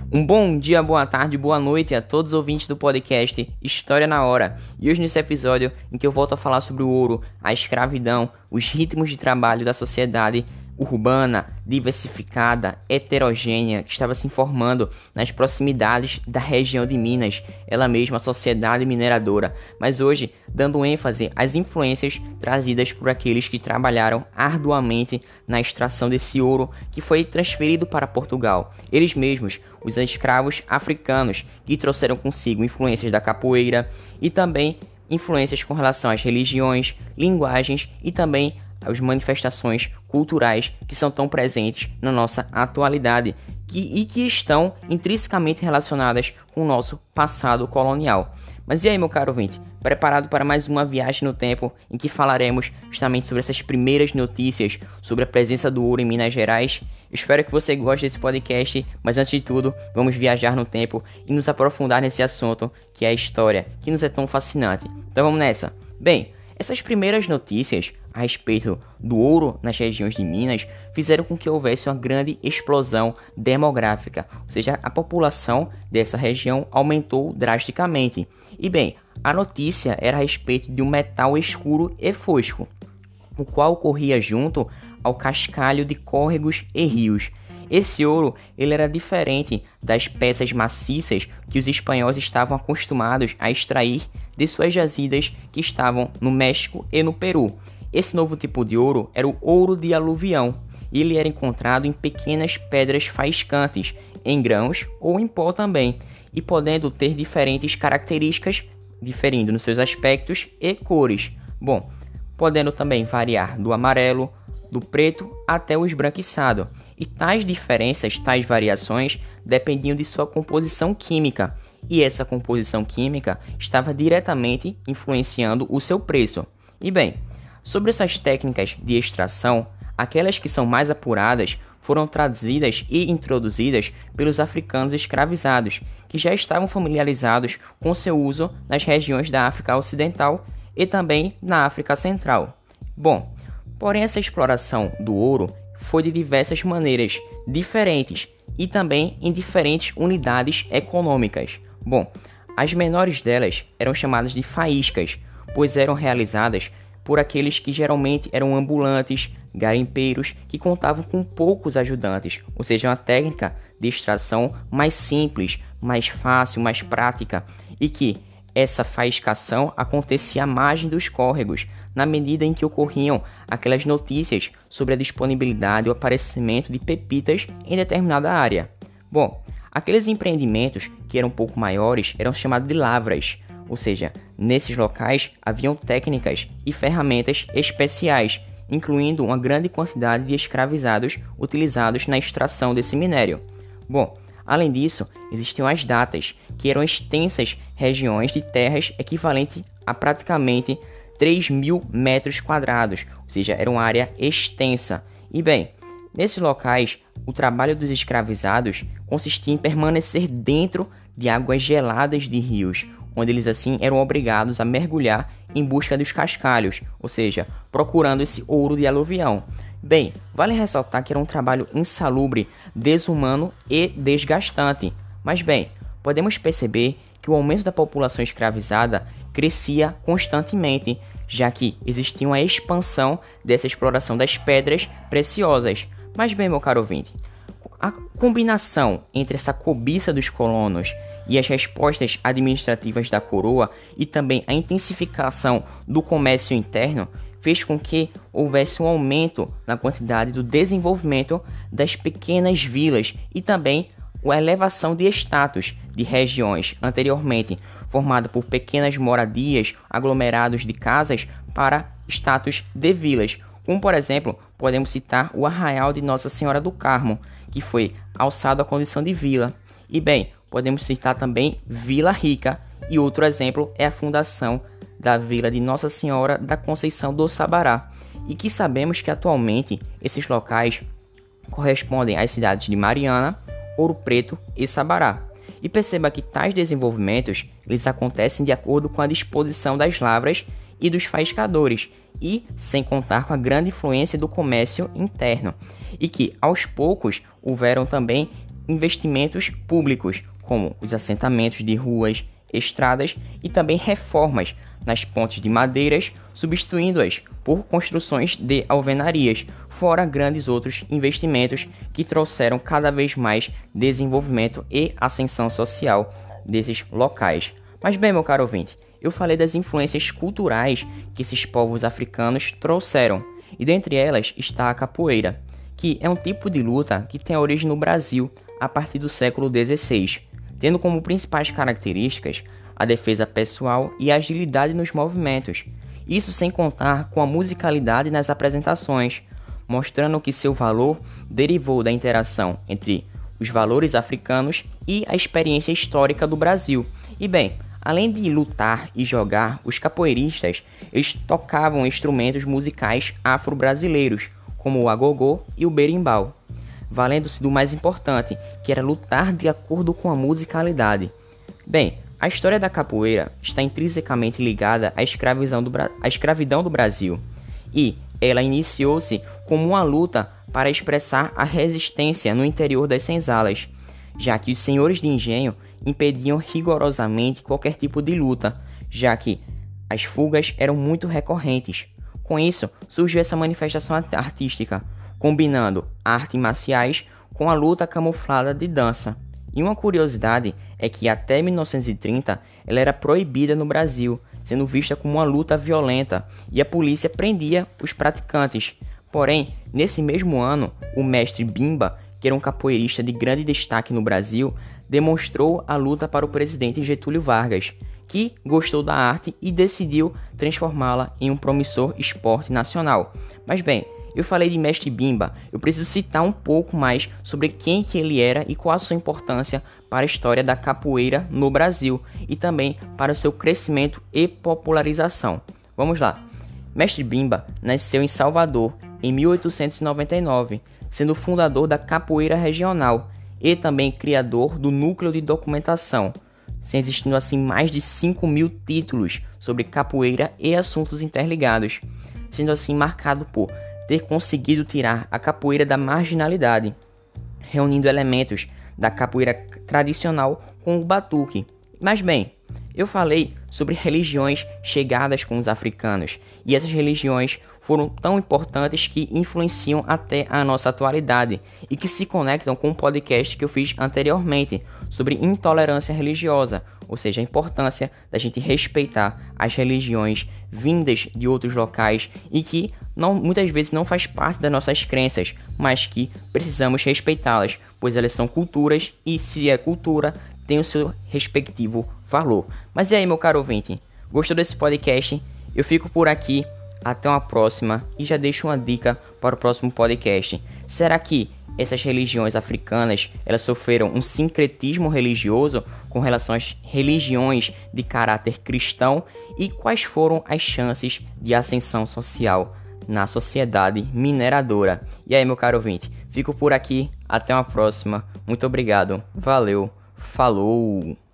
Um bom dia, boa tarde, boa noite a todos os ouvintes do podcast História na Hora. E hoje nesse episódio em que eu volto a falar sobre o ouro, a escravidão, os ritmos de trabalho da sociedade urbana, diversificada, heterogênea, que estava se formando nas proximidades da região de Minas, ela mesma a sociedade mineradora, mas hoje dando ênfase às influências trazidas por aqueles que trabalharam arduamente na extração desse ouro que foi transferido para Portugal. Eles mesmos, os escravos africanos, que trouxeram consigo influências da capoeira e também influências com relação às religiões, linguagens e também as manifestações culturais que são tão presentes na nossa atualidade e que estão intrinsecamente relacionadas com o nosso passado colonial. Mas e aí, meu caro ouvinte, preparado para mais uma viagem no tempo em que falaremos justamente sobre essas primeiras notícias sobre a presença do ouro em Minas Gerais? Espero que você goste desse podcast, mas antes de tudo, vamos viajar no tempo e nos aprofundar nesse assunto que é a história, que nos é tão fascinante. Então vamos nessa. Bem, essas primeiras notícias a respeito do ouro nas regiões de Minas fizeram com que houvesse uma grande explosão demográfica, ou seja, a população dessa região aumentou drasticamente. E bem, a notícia era a respeito de um metal escuro e fosco, o qual corria junto ao cascalho de córregos e rios. Esse ouro ele era diferente das peças maciças que os espanhóis estavam acostumados a extrair de suas jazidas que estavam no México e no Peru. Esse novo tipo de ouro era o ouro de aluvião, e ele era encontrado em pequenas pedras faiscantes, em grãos ou em pó também, e podendo ter diferentes características, diferindo nos seus aspectos e cores. Bom, podendo também variar do amarelo, do preto até o esbranquiçado. E tais diferenças, tais variações, dependiam de sua composição química, e essa composição química estava diretamente influenciando o seu preço. E bem, sobre essas técnicas de extração, aquelas que são mais apuradas foram traduzidas e introduzidas pelos africanos escravizados, que já estavam familiarizados com seu uso nas regiões da África Ocidental e também na África Central. Bom, porém essa exploração do ouro foi de diversas maneiras diferentes e também em diferentes unidades econômicas. Bom, as menores delas eram chamadas de faíscas, pois eram realizadas por aqueles que geralmente eram ambulantes, garimpeiros, que contavam com poucos ajudantes, ou seja, uma técnica de extração mais simples, mais fácil, mais prática, e que essa faiscação acontecia à margem dos córregos, na medida em que ocorriam aquelas notícias sobre a disponibilidade ou aparecimento de pepitas em determinada área. Bom, aqueles empreendimentos que eram um pouco maiores eram chamados de lavras, ou seja, nesses locais haviam técnicas e ferramentas especiais, incluindo uma grande quantidade de escravizados utilizados na extração desse minério. Bom, além disso, existiam as datas, que eram extensas regiões de terras equivalentes a praticamente 3.000 metros quadrados, ou seja, era uma área extensa. E bem, nesses locais, o trabalho dos escravizados consistia em permanecer dentro de águas geladas de rios, onde eles assim eram obrigados a mergulhar em busca dos cascalhos, ou seja, procurando esse ouro de aluvião. Bem, vale ressaltar que era um trabalho insalubre, desumano e desgastante. Mas bem, podemos perceber que o aumento da população escravizada crescia constantemente, já que existia uma expansão dessa exploração das pedras preciosas. Mas bem, meu caro ouvinte, a combinação entre essa cobiça dos colonos e as respostas administrativas da coroa e também a intensificação do comércio interno fez com que houvesse um aumento na quantidade do desenvolvimento das pequenas vilas e também a elevação de status de regiões anteriormente formadas por pequenas moradias, aglomerados de casas, para status de vilas, como por exemplo, podemos citar o Arraial de Nossa Senhora do Carmo, que foi alçado à condição de vila. E bem, podemos citar também Vila Rica, e outro exemplo é a fundação da Vila de Nossa Senhora da Conceição do Sabará, e que sabemos que atualmente esses locais correspondem às cidades de Mariana, Ouro Preto e Sabará. E perceba que tais desenvolvimentos eles acontecem de acordo com a disposição das lavras e dos faiscadores, e sem contar com a grande influência do comércio interno, e que aos poucos houveram também investimentos públicos, como os assentamentos de ruas, estradas e também reformas nas pontes de madeiras, substituindo-as por construções de alvenarias, fora grandes outros investimentos que trouxeram cada vez mais desenvolvimento e ascensão social desses locais. Mas bem, meu caro ouvinte, eu falei das influências culturais que esses povos africanos trouxeram, e dentre elas está a capoeira, que é um tipo de luta que tem origem no Brasil a partir do século XVI, tendo como principais características a defesa pessoal e a agilidade nos movimentos, isso sem contar com a musicalidade nas apresentações, mostrando que seu valor derivou da interação entre os valores africanos e a experiência histórica do Brasil. E bem, além de lutar e jogar, os capoeiristas eles tocavam instrumentos musicais afro-brasileiros, como o agogô e o berimbau, valendo-se do mais importante, que era lutar de acordo com a musicalidade. Bem, a história da capoeira está intrinsecamente ligada à escravidão do Brasil, e ela iniciou-se como uma luta para expressar a resistência no interior das senzalas, já que os senhores de engenho impediam rigorosamente qualquer tipo de luta, já que as fugas eram muito recorrentes. Com isso, surgiu essa manifestação artística, combinando artes marciais com a luta camuflada de dança. E uma curiosidade é que até 1930 ela era proibida no Brasil, sendo vista como uma luta violenta, e a polícia prendia os praticantes. Porém, nesse mesmo ano, o mestre Bimba, que era um capoeirista de grande destaque no Brasil, demonstrou a luta para o presidente Getúlio Vargas, que gostou da arte e decidiu transformá-la em um promissor esporte nacional. Mas bem, eu falei de mestre Bimba, eu preciso citar um pouco mais sobre quem que ele era e qual a sua importância para a história da capoeira no Brasil e também para o seu crescimento e popularização. Vamos lá. Mestre Bimba nasceu em Salvador em 1899, sendo fundador da capoeira regional e também criador do núcleo de documentação, existindo assim mais de 5.000 títulos sobre capoeira e assuntos interligados, sendo assim marcado por ter conseguido tirar a capoeira da marginalidade, reunindo elementos da capoeira tradicional com o batuque. Mas bem, eu falei sobre religiões chegadas com os africanos, e essas religiões foram tão importantes que influenciam até a nossa atualidade e que se conectam com o podcast que eu fiz anteriormente sobre intolerância religiosa, ou seja, a importância da gente respeitar as religiões vindas de outros locais e que muitas vezes não faz parte das nossas crenças, mas que precisamos respeitá-las, pois elas são culturas e se é cultura, tem o seu respectivo valor. Mas e aí, meu caro ouvinte? Gostou desse podcast? Eu fico por aqui. Até uma próxima e já deixo uma dica para o próximo podcast. Será que essas religiões africanas elas sofreram um sincretismo religioso com relação às religiões de caráter cristão? E quais foram as chances de ascensão social na sociedade mineradora? E aí, meu caro ouvinte, fico por aqui. Até uma próxima. Muito obrigado. Valeu. Falou.